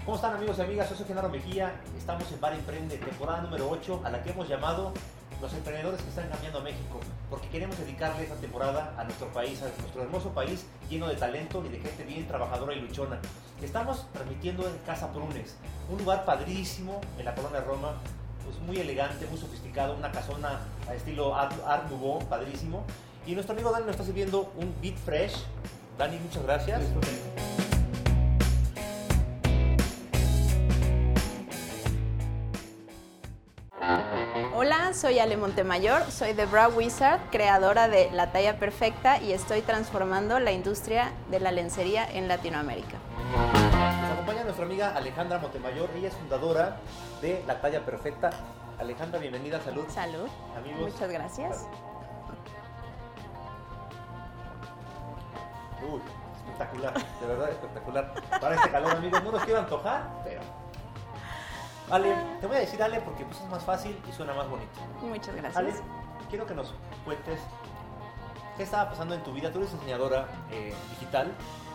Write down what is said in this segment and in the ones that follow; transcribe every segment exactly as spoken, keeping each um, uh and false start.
¿Cómo están, amigos y amigas? Yo soy Genaro Mejía, estamos en Bar Emprende, temporada número ocho, a la que hemos llamado Los Emprendedores que están cambiando a México, porque queremos dedicarle esta temporada a nuestro país, a nuestro hermoso país lleno de talento y de gente bien trabajadora y luchona. Estamos transmitiendo en Casa Prunes, un lugar padrísimo en la colonia Roma, pues muy elegante, muy sofisticado, una casona a estilo Art, Art Nouveau, padrísimo. Y nuestro amigo Dani nos está sirviendo un Beat Fresh. Dani, muchas gracias. Hola, soy Ale Montemayor, soy The Bra Wizard, creadora de La Talla Perfecta y estoy transformando la industria de la lencería en Latinoamérica. Nos acompaña nuestra amiga Alejandra Montemayor, ella es fundadora de La Talla Perfecta. Alejandra, bienvenida, salud. Salud. Amigos. Muchas gracias. Uy, espectacular, de verdad espectacular. Para este calor, amigos, no nos quiero antojar, pero... Ale, te voy a decir Ale porque pues es más fácil y suena más bonito. Muchas gracias. Ale, quiero que nos cuentes qué estaba pasando en tu vida. Tú eres diseñadora eh, digital.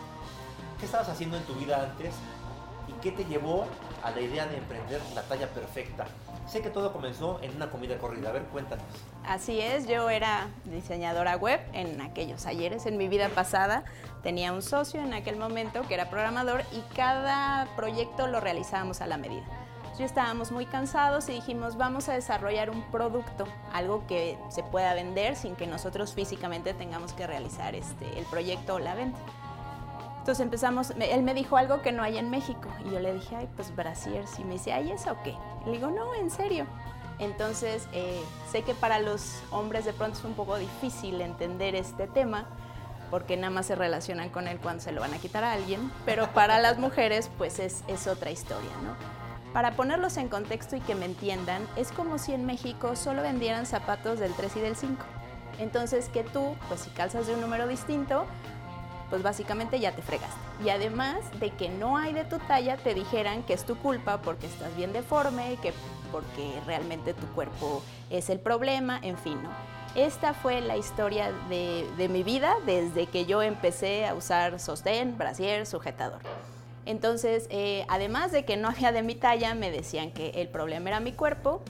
¿Qué estabas haciendo en tu vida antes y qué te llevó a la idea de emprender La Talla Perfecta? Sé que todo comenzó en una comida corrida. A ver, cuéntanos. Así es, yo era diseñadora web en aquellos ayeres. En mi vida pasada tenía un socio en aquel momento que era programador y cada proyecto lo realizábamos a la medida. Ya estábamos muy cansados y dijimos, vamos a desarrollar un producto, algo que se pueda vender sin que nosotros físicamente tengamos que realizar este, el proyecto o la venta. Entonces empezamos, él me dijo algo que no hay en México y yo le dije, ay, pues brasiers. Y me dice, ¿hay eso o qué? Y le digo, no, en serio. Entonces eh, sé que para los hombres de pronto es un poco difícil entender este tema porque nada más se relacionan con él cuando se lo van a quitar a alguien, pero para las mujeres pues es, es otra historia, ¿no? Para ponerlos en contexto y que me entiendan, es como si en México solo vendieran zapatos del tres y del cinco. Entonces que tú, pues si calzas de un número distinto, pues básicamente ya te fregaste. Y además de que no hay de tu talla, te dijeran que es tu culpa porque estás bien deforme, que porque realmente tu cuerpo es el problema, en fin, ¿no? Esta fue la historia de, de mi vida desde que yo empecé a usar sostén, brasier, sujetador. Entonces, eh, además de que no había de mi talla, me decían que el problema era mi cuerpo,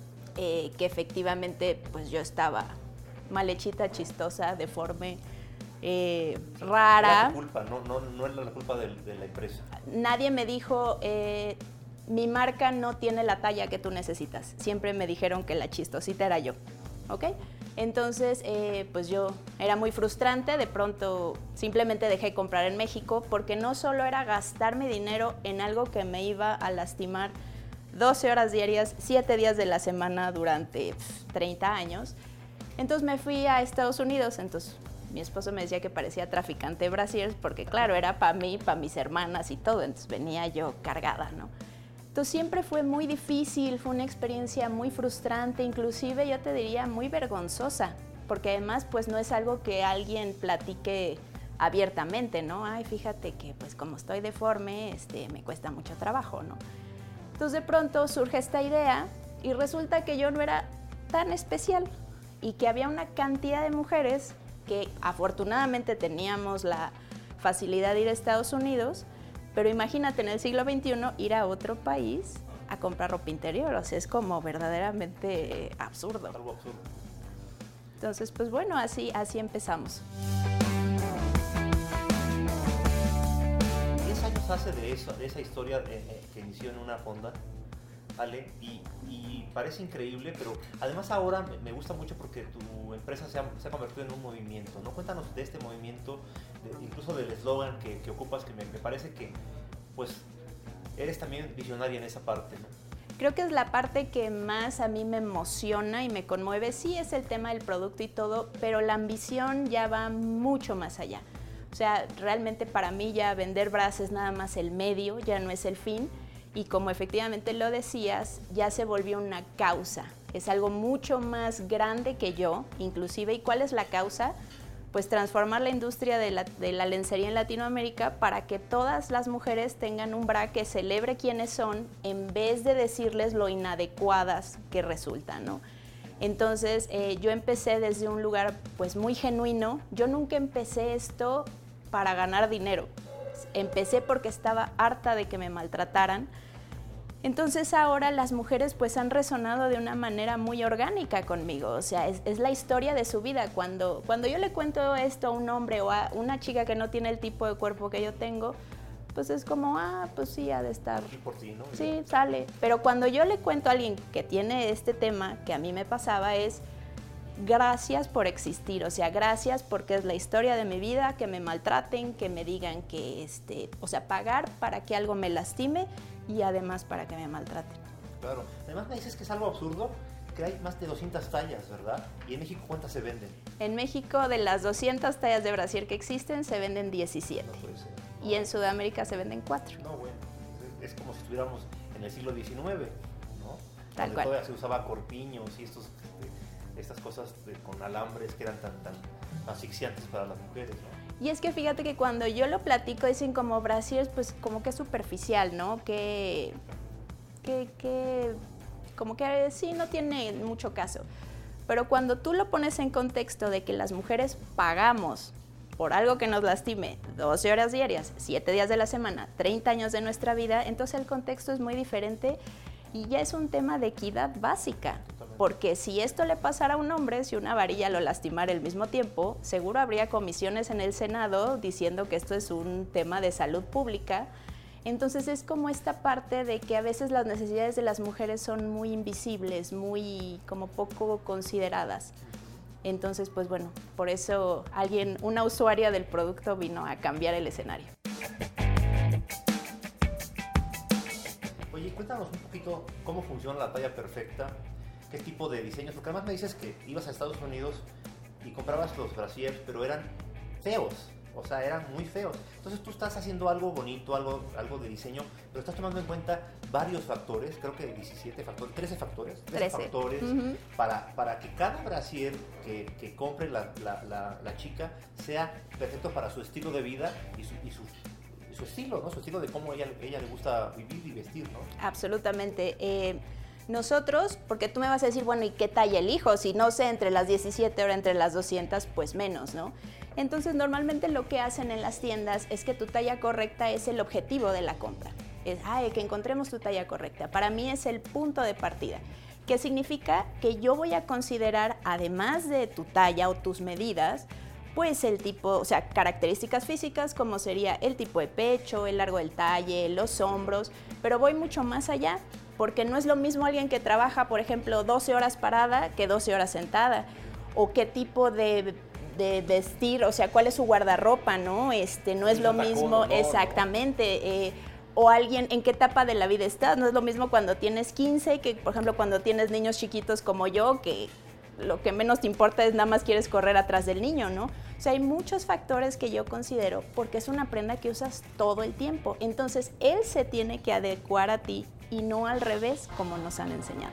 eh, que efectivamente pues yo estaba mal hechita, chistosa, deforme, eh, rara. Era tu culpa, no, no, no era la culpa de, de la empresa. Nadie me dijo, eh, mi marca no tiene la talla que tú necesitas. Siempre me dijeron que la chistosita era yo, ¿ok? Entonces, eh, pues yo era muy frustrante, de pronto simplemente dejé de comprar en México porque no solo era gastar mi dinero en algo que me iba a lastimar doce horas diarias, siete días de la semana durante pff, treinta años. Entonces me fui a Estados Unidos, entonces mi esposo me decía que parecía traficante de brasiers porque claro, era para mí, para mis hermanas y todo, entonces venía yo cargada, ¿no? Entonces siempre fue muy difícil, fue una experiencia muy frustrante, inclusive yo te diría muy vergonzosa, porque además pues no es algo que alguien platique abiertamente, ¿no? Ay, fíjate que pues como estoy deforme, este, me cuesta mucho trabajo, ¿no? Entonces de pronto surge esta idea y resulta que yo no era tan especial y que había una cantidad de mujeres que afortunadamente teníamos la facilidad de ir a Estados Unidos. Pero imagínate en el siglo veintiuno ir a otro país a comprar ropa interior, o sea, es como verdaderamente absurdo. Algo absurdo. Entonces, pues bueno, así, así empezamos. diez años hace de eso, de esa historia eh, que inició en una fonda, Ale, y, y parece increíble, pero además ahora me, me gusta mucho porque tu empresa se ha, se ha convertido en un movimiento, ¿no? Cuéntanos de este movimiento, de, incluso del eslogan que, que ocupas, que me, me parece que, pues, eres también visionaria en esa parte, ¿no? Creo que es la parte que más a mí me emociona y me conmueve. Sí es el tema del producto y todo, pero la ambición ya va mucho más allá. O sea, realmente para mí ya vender bras es nada más el medio, ya no es el fin. Y como efectivamente lo decías, ya se volvió una causa. Es algo mucho más grande que yo, inclusive. ¿Y cuál es la causa? Pues transformar la industria de la, de la lencería en Latinoamérica para que todas las mujeres tengan un bra que celebre quiénes son en vez de decirles lo inadecuadas que resultan, ¿no? Entonces, eh, yo empecé desde un lugar pues muy genuino. Yo nunca empecé esto para ganar dinero. Empecé porque estaba harta de que me maltrataran. Entonces ahora las mujeres pues han resonado de una manera muy orgánica conmigo, o sea, es, es la historia de su vida. Cuando, cuando yo le cuento esto a un hombre o a una chica que no tiene el tipo de cuerpo que yo tengo, pues es como, ah, pues sí, ha de estar. Sí, por ti, ¿no? Sí, sale. Pero cuando yo le cuento a alguien que tiene este tema que a mí me pasaba es, gracias por existir, o sea, gracias porque es la historia de mi vida, que me maltraten, que me digan que, este, o sea, pagar para que algo me lastime y además para que me maltraten. Claro. Además me dices que es algo absurdo, que hay más de doscientas tallas, ¿verdad? ¿Y en México cuántas se venden? En México, de las doscientas tallas de brasier que existen, se venden diecisiete. No puede ser. Y en Sudamérica se venden cuatro. No, bueno, es, es como si estuviéramos en el siglo diecinueve, ¿no? Tal Donde cual. todavía se usaba corpiños y estos, este, estas cosas de, con alambres que eran tan, tan asfixiantes para las mujeres, ¿no? Y es que fíjate que cuando yo lo platico dicen como brasier, pues como que es superficial, ¿no? Que, que, que, como que sí, no tiene mucho caso. Pero cuando tú lo pones en contexto de que las mujeres pagamos por algo que nos lastime doce horas diarias, siete días de la semana, treinta años de nuestra vida, entonces el contexto es muy diferente y ya es un tema de equidad básica. Porque si esto le pasara a un hombre, si una varilla lo lastimara al mismo tiempo, seguro habría comisiones en el Senado diciendo que esto es un tema de salud pública. Entonces es como esta parte de que a veces las necesidades de las mujeres son muy invisibles, muy como poco consideradas. Entonces, pues bueno, por eso alguien, una usuaria del producto vino a cambiar el escenario. Oye, cuéntanos un poquito cómo funciona la talla perfecta, qué tipo de diseños, porque además me dices que ibas a Estados Unidos y comprabas los brasiers, pero eran feos, o sea, eran muy feos. Entonces tú estás haciendo algo bonito, algo, algo de diseño, pero estás tomando en cuenta varios factores, creo que diecisiete factores, trece factores, trece factores, uh-huh. para, para que cada brasier que, que compre la, la, la, la chica sea perfecto para su estilo de vida y su, y su, y su estilo, ¿no? Su estilo de cómo ella, ella le gusta vivir y vestir, ¿no? Absolutamente. Eh, nosotros, porque tú me vas a decir, bueno, ¿y qué talla elijo? Si no sé, entre las diecisiete o entre las doscientas, pues menos, ¿no? Entonces, normalmente lo que hacen en las tiendas es que tu talla correcta es el objetivo de la compra. Es, ay, que encontremos tu talla correcta. Para mí es el punto de partida. ¿Qué significa? Que yo voy a considerar, además de tu talla o tus medidas, pues el tipo, o sea, características físicas como sería el tipo de pecho, el largo del talle, los hombros, pero voy mucho más allá, porque no es lo mismo alguien que trabaja, por ejemplo, doce horas parada que doce horas sentada, o qué tipo de, de vestir, o sea, cuál es su guardarropa, ¿no? Este, no es lo mismo, exactamente, eh, o alguien, ¿en qué etapa de la vida estás? No es lo mismo cuando tienes quince que, por ejemplo, cuando tienes niños chiquitos como yo, que lo que menos te importa es nada más quieres correr atrás del niño, ¿no? O sea, hay muchos factores que yo considero porque es una prenda que usas todo el tiempo. Entonces, él se tiene que adecuar a ti y no al revés como nos han enseñado.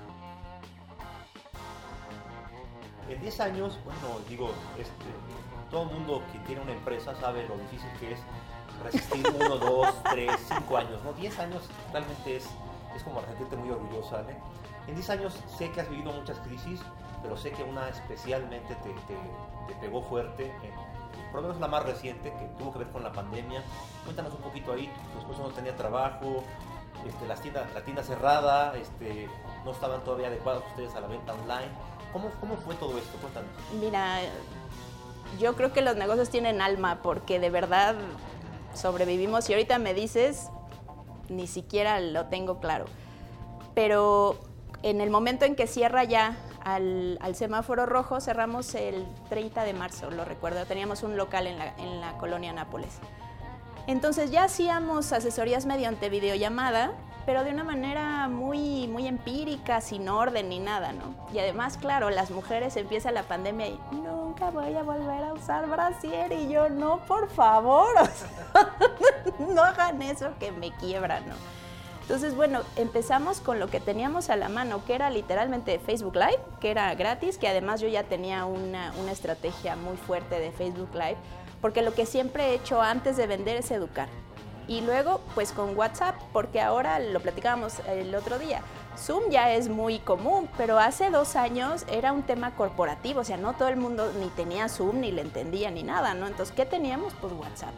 En diez años, bueno, digo, este, todo el mundo que tiene una empresa sabe lo difícil que es resistir uno, dos, tres, cinco años, ¿no? diez años realmente es, es como la gente muy orgullosa, ¿eh? En diez años sé que has vivido muchas crisis, pero sé que una especialmente te, te, te pegó fuerte, en, por lo menos la más reciente, que tuvo que ver con la pandemia. Cuéntanos un poquito ahí, tu esposo no tenía trabajo, este, las tiendas, la tienda cerrada, este, no estaban todavía adecuados ustedes a la venta online. ¿Cómo, cómo fue todo esto? Cuéntanos. Mira, yo creo que los negocios tienen alma, porque de verdad sobrevivimos y ahorita me dices, ni siquiera lo tengo claro. Pero en el momento en que cierra ya al, al semáforo rojo, cerramos el treinta de marzo, lo recuerdo, teníamos un local en la, en la colonia Nápoles. Entonces ya hacíamos asesorías mediante videollamada, pero de una manera muy, muy empírica, sin orden ni nada, ¿no? Y además, claro, las mujeres empieza la pandemia y nunca voy a volver a usar brasier, y yo, no, por favor, o sea, no hagan eso que me quiebra, ¿no? Entonces, bueno, empezamos con lo que teníamos a la mano, que era literalmente Facebook Live, que era gratis, que además yo ya tenía una, una estrategia muy fuerte de Facebook Live, porque lo que siempre he hecho antes de vender es educar. Y luego, pues con WhatsApp, porque ahora lo platicábamos el otro día, Zoom ya es muy común, pero hace dos años era un tema corporativo, o sea, no todo el mundo ni tenía Zoom, ni le entendía, ni nada, ¿no? Entonces, ¿qué teníamos? Pues WhatsApp.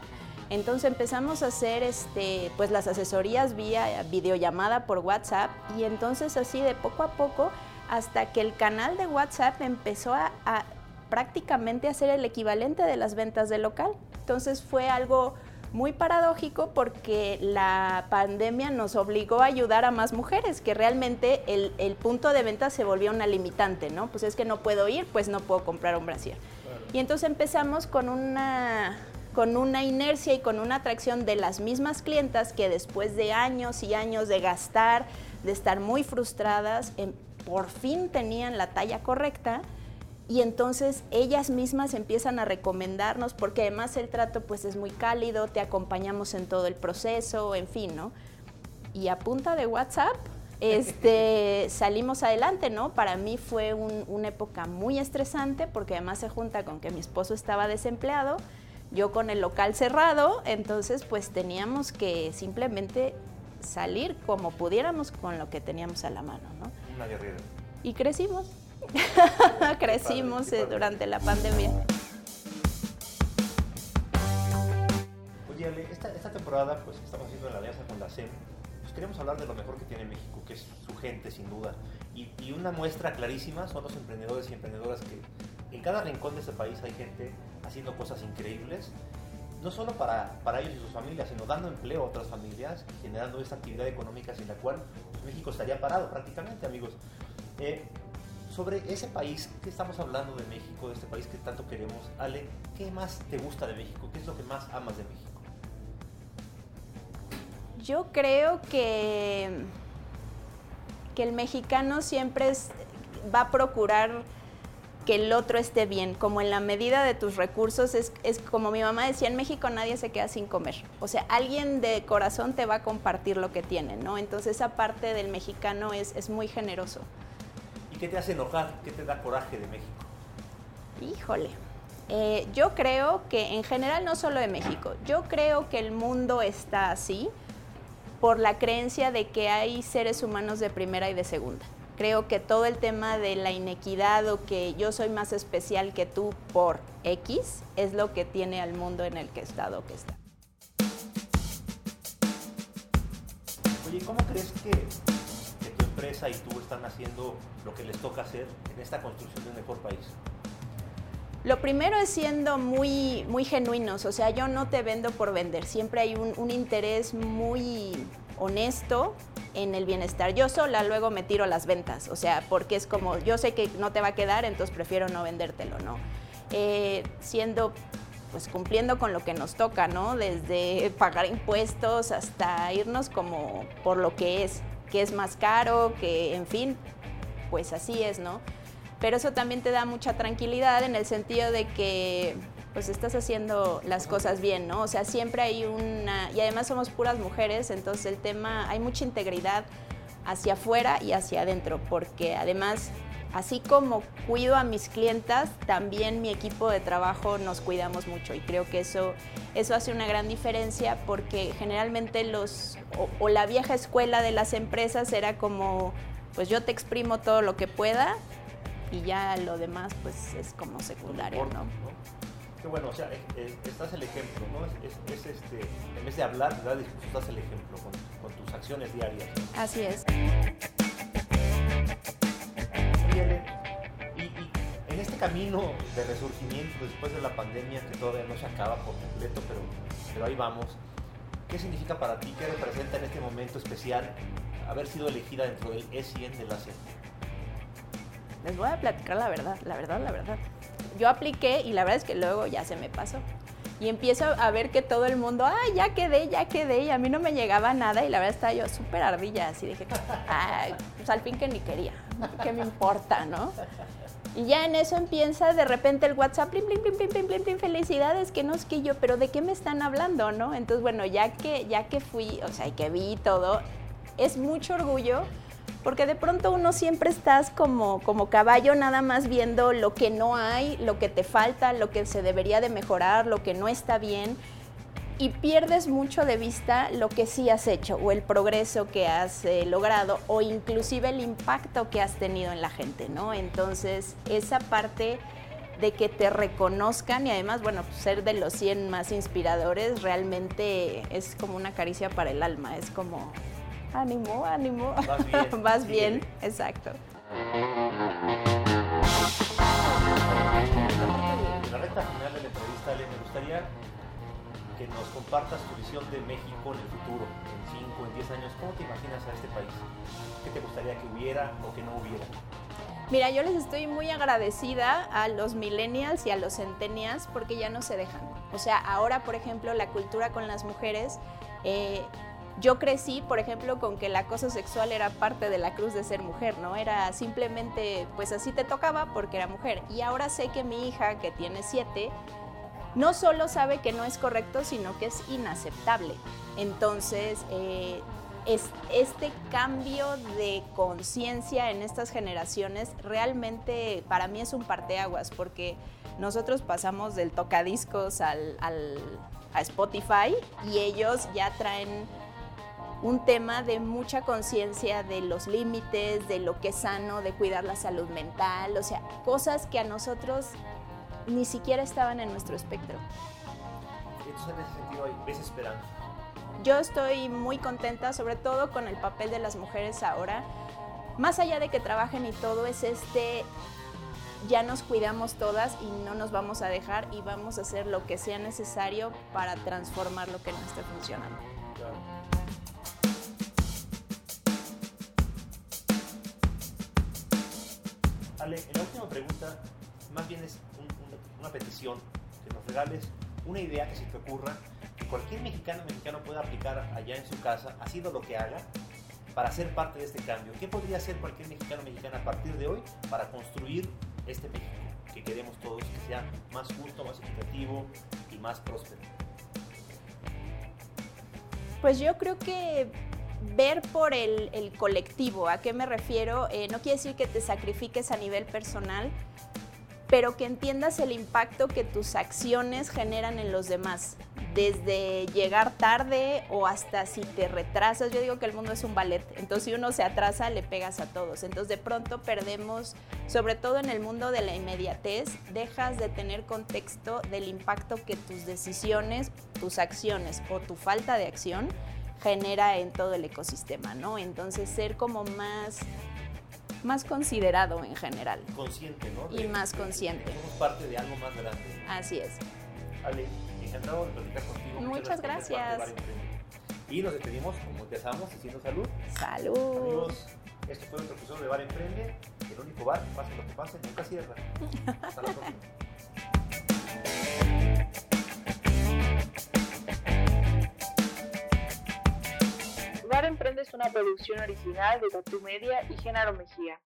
Entonces empezamos a hacer este, pues las asesorías vía videollamada por WhatsApp y entonces así de poco a poco hasta que el canal de WhatsApp empezó a, a prácticamente a ser el equivalente de las ventas de local. Entonces fue algo muy paradójico porque la pandemia nos obligó a ayudar a más mujeres, que realmente el, el punto de venta se volvió una limitante, ¿no? Pues es que no puedo ir, pues no puedo comprar un brasier. Claro. Y entonces empezamos con una... con una inercia y con una atracción de las mismas clientas que después de años y años de gastar, de estar muy frustradas, en, por fin tenían la talla correcta y entonces ellas mismas empiezan a recomendarnos porque además el trato pues es muy cálido, te acompañamos en todo el proceso, en fin, ¿no? Y a punta de WhatsApp este, salimos adelante, ¿no? Para mí fue un, una época muy estresante porque además se junta con que mi esposo estaba desempleado, yo con el local cerrado, entonces pues teníamos que simplemente salir como pudiéramos con lo que teníamos a la mano, ¿no? Una guerrera. Y crecimos, crecimos padre, padre. Durante la pandemia. Oye, Ale, esta, esta temporada pues que estamos haciendo en la alianza con la S E M, pues queremos hablar de lo mejor que tiene México, que es su gente sin duda, y, y una muestra clarísima son los emprendedores y emprendedoras que en cada rincón de este país hay gente haciendo cosas increíbles, no solo para, para ellos y sus familias, sino dando empleo a otras familias, generando esta actividad económica sin la cual pues, México estaría parado prácticamente, amigos. Eh, sobre ese país, ¿qué estamos hablando de México, de este país que tanto queremos? Ale, ¿qué más te gusta de México? ¿Qué es lo que más amas de México? Yo creo que, que el mexicano siempre es, va a procurar que el otro esté bien, como en la medida de tus recursos, es, es como mi mamá decía, en México nadie se queda sin comer, o sea, alguien de corazón te va a compartir lo que tiene, ¿no? Entonces esa parte del mexicano es, es muy generoso. ¿Y qué te hace enojar? ¿Qué te da coraje de México? Híjole, eh, yo creo que en general, no solo de México, yo creo que el mundo está así por la creencia de que hay seres humanos de primera y de segunda. Creo que todo el tema de la inequidad o que yo soy más especial que tú por X es lo que tiene al mundo en el que está o que está. Oye, ¿cómo crees que, que tu empresa y tú están haciendo lo que les toca hacer en esta construcción de un mejor país? Lo primero es siendo muy, muy genuinos, o sea, yo no te vendo por vender, siempre hay un, un interés muy honesto en el bienestar. Yo sola luego me tiro las ventas, o sea, porque es como, yo sé que no te va a quedar, entonces prefiero no vendértelo, ¿no? Eh, siendo, pues cumpliendo con lo que nos toca, ¿no? Desde pagar impuestos hasta irnos como por lo que es, que es más caro, que en fin, pues así es, ¿no? Pero eso también te da mucha tranquilidad en el sentido de que pues estás haciendo las cosas bien, ¿no? O sea, siempre hay una... Y además somos puras mujeres, entonces el tema... Hay mucha integridad hacia afuera y hacia adentro, porque además, así como cuido a mis clientas, también mi equipo de trabajo nos cuidamos mucho y creo que eso, eso hace una gran diferencia porque generalmente los... O, o la vieja escuela de las empresas era como, pues yo te exprimo todo lo que pueda y ya lo demás pues es como secundario, ¿no? Qué bueno, o sea, es, estás el ejemplo, ¿no? Es, es, es este, en vez de hablar, de dar discurso, estás el ejemplo con, con tus acciones diarias. Así es. Oye, y, y en este camino de resurgimiento después de la pandemia, que todavía no se acaba por completo, pero, pero ahí vamos, ¿qué significa para ti, qué representa en este momento especial haber sido elegida dentro del E cien de la S E M? Les voy a platicar la verdad, la verdad, la verdad. Yo apliqué y la verdad es que luego ya se me pasó. Y empiezo a ver que todo el mundo, ay, ya quedé, ya quedé, y a mí no me llegaba nada y la verdad estaba yo súper ardilla, así dije, ay, pues al fin que ni quería, ¿qué me importa, no? Y ya en eso empieza de repente el WhatsApp, plim, plim, plim, plim, plim, plim, plim, felicidades, que no es que yo, pero ¿de qué me están hablando, no? Entonces, bueno, ya que, ya que fui, o sea, y que vi todo, es mucho orgullo, porque de pronto uno siempre estás como, como caballo nada más viendo lo que no hay, lo que te falta, lo que se debería de mejorar, lo que no está bien y pierdes mucho de vista lo que sí has hecho o el progreso que has eh, logrado o inclusive el impacto que has tenido en la gente, ¿no? Entonces esa parte de que te reconozcan y además, bueno, pues ser de los cien más inspiradores realmente es como una caricia para el alma, es como ánimo, ánimo, vas bien, vas sí. bien, exacto. En la recta final de la entrevista, Ale, me gustaría que nos compartas tu visión de México en el futuro, en cinco, en diez años. ¿Cómo te imaginas a este país? ¿Qué te gustaría que hubiera o que no hubiera? Mira, yo les estoy muy agradecida a los millennials y a los centennials porque ya no se dejan. O sea, ahora, por ejemplo, la cultura con las mujeres, eh, yo crecí, por ejemplo, con que el acoso sexual era parte de la cruz de ser mujer, ¿no? Era simplemente, pues así te tocaba porque era mujer. Y ahora sé que mi hija, que tiene siete, no solo sabe que no es correcto, sino que es inaceptable. Entonces, eh, es, este cambio de conciencia en estas generaciones realmente para mí es un parteaguas, porque nosotros pasamos del tocadiscos al, al, a Spotify y ellos ya traen un tema de mucha conciencia de los límites, de lo que es sano, de cuidar la salud mental, o sea, cosas que a nosotros ni siquiera estaban en nuestro espectro. Entonces, en ese sentido, ¿ves esperanza? Yo estoy muy contenta, sobre todo con el papel de las mujeres ahora. Más allá de que trabajen y todo, es este, ya nos cuidamos todas y no nos vamos a dejar y vamos a hacer lo que sea necesario para transformar lo que no esté funcionando. Claro. Ale, en la última pregunta, más bien es un, una, una petición, que nos regales una idea que se te ocurra, que cualquier mexicano mexicano pueda aplicar allá en su casa, haciendo lo que haga, para ser parte de este cambio. ¿Qué podría hacer cualquier mexicano mexicana a partir de hoy para construir este México que queremos todos, que sea más justo, más equitativo y más próspero? Pues yo creo que ver por el, el colectivo. ¿A qué me refiero? Eh, no quiere decir que te sacrifiques a nivel personal, pero que entiendas el impacto que tus acciones generan en los demás. Desde llegar tarde o hasta si te retrasas. Yo digo que el mundo es un ballet, entonces si uno se atrasa le pegas a todos. Entonces de pronto perdemos, sobre todo en el mundo de la inmediatez, dejas de tener contexto del impacto que tus decisiones, tus acciones o tu falta de acción genera en todo el ecosistema, ¿no? Entonces ser como más... más considerado en general. Consciente, ¿no? De, y más consciente. Somos parte de algo más grande. Así es. Ale, encantado de platicar contigo. Muchas gracias. Y nos despedimos, como empezamos, diciendo salud. Salud. Amigos, esto fue otro episodio de Bar Emprende. El único bar, pase lo que pase, nunca cierra. Hasta la próxima. Bar Emprende es una producción original de Tatu Media y Genaro Mejía.